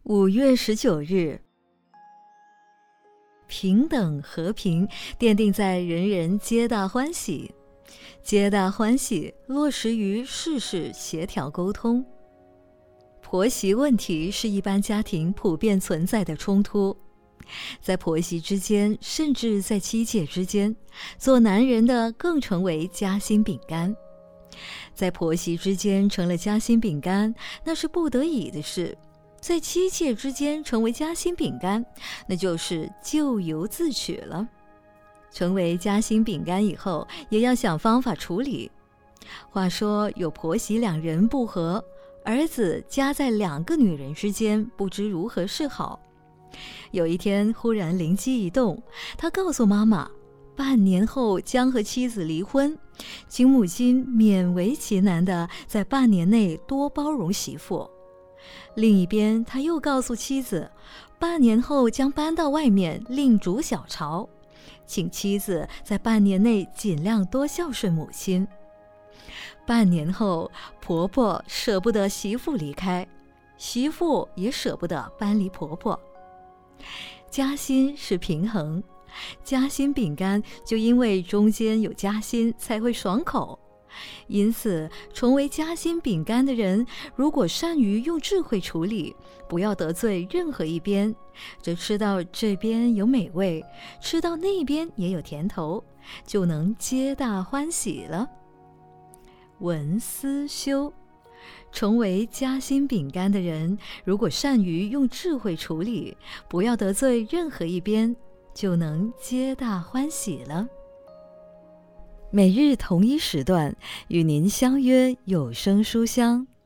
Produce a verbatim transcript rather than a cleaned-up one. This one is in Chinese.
五月十九日，平等和平奠定在人人皆大欢喜，皆大欢喜落实于事事协调沟通。婆媳问题是一般家庭普遍存在的冲突，在婆媳之间，甚至在妻妾之间，做男人的更成为夹心饼干。在婆媳之间成了夹心饼干，那是不得已的事；在妻妾之间成为夹心饼干，那就是咎由自取了。成为夹心饼干以后，也要想方法处理。话说有婆媳两人不和，儿子夹在两个女人之间，不知如何是好。有一天忽然灵机一动，他告诉妈妈，半年后将和妻子离婚，请母亲勉为其难地在半年内多包容媳妇。另一边，他又告诉妻子，半年后将搬到外面另筑小巢，请妻子在半年内尽量多孝顺母亲。半年后，婆婆舍不得媳妇离开，媳妇也舍不得搬离婆婆。夹心是平衡，夹心饼干就因为中间有夹心才会爽口。因此，成为夹心饼干的人，如果善于用智慧处理，不要得罪任何一边，则吃到这边有美味，吃到那边也有甜头，就能皆大欢喜了。文思修，成为夹心饼干的人，如果善于用智慧处理，不要得罪任何一边，就能皆大欢喜了。每日同一时段与您相约有声书香。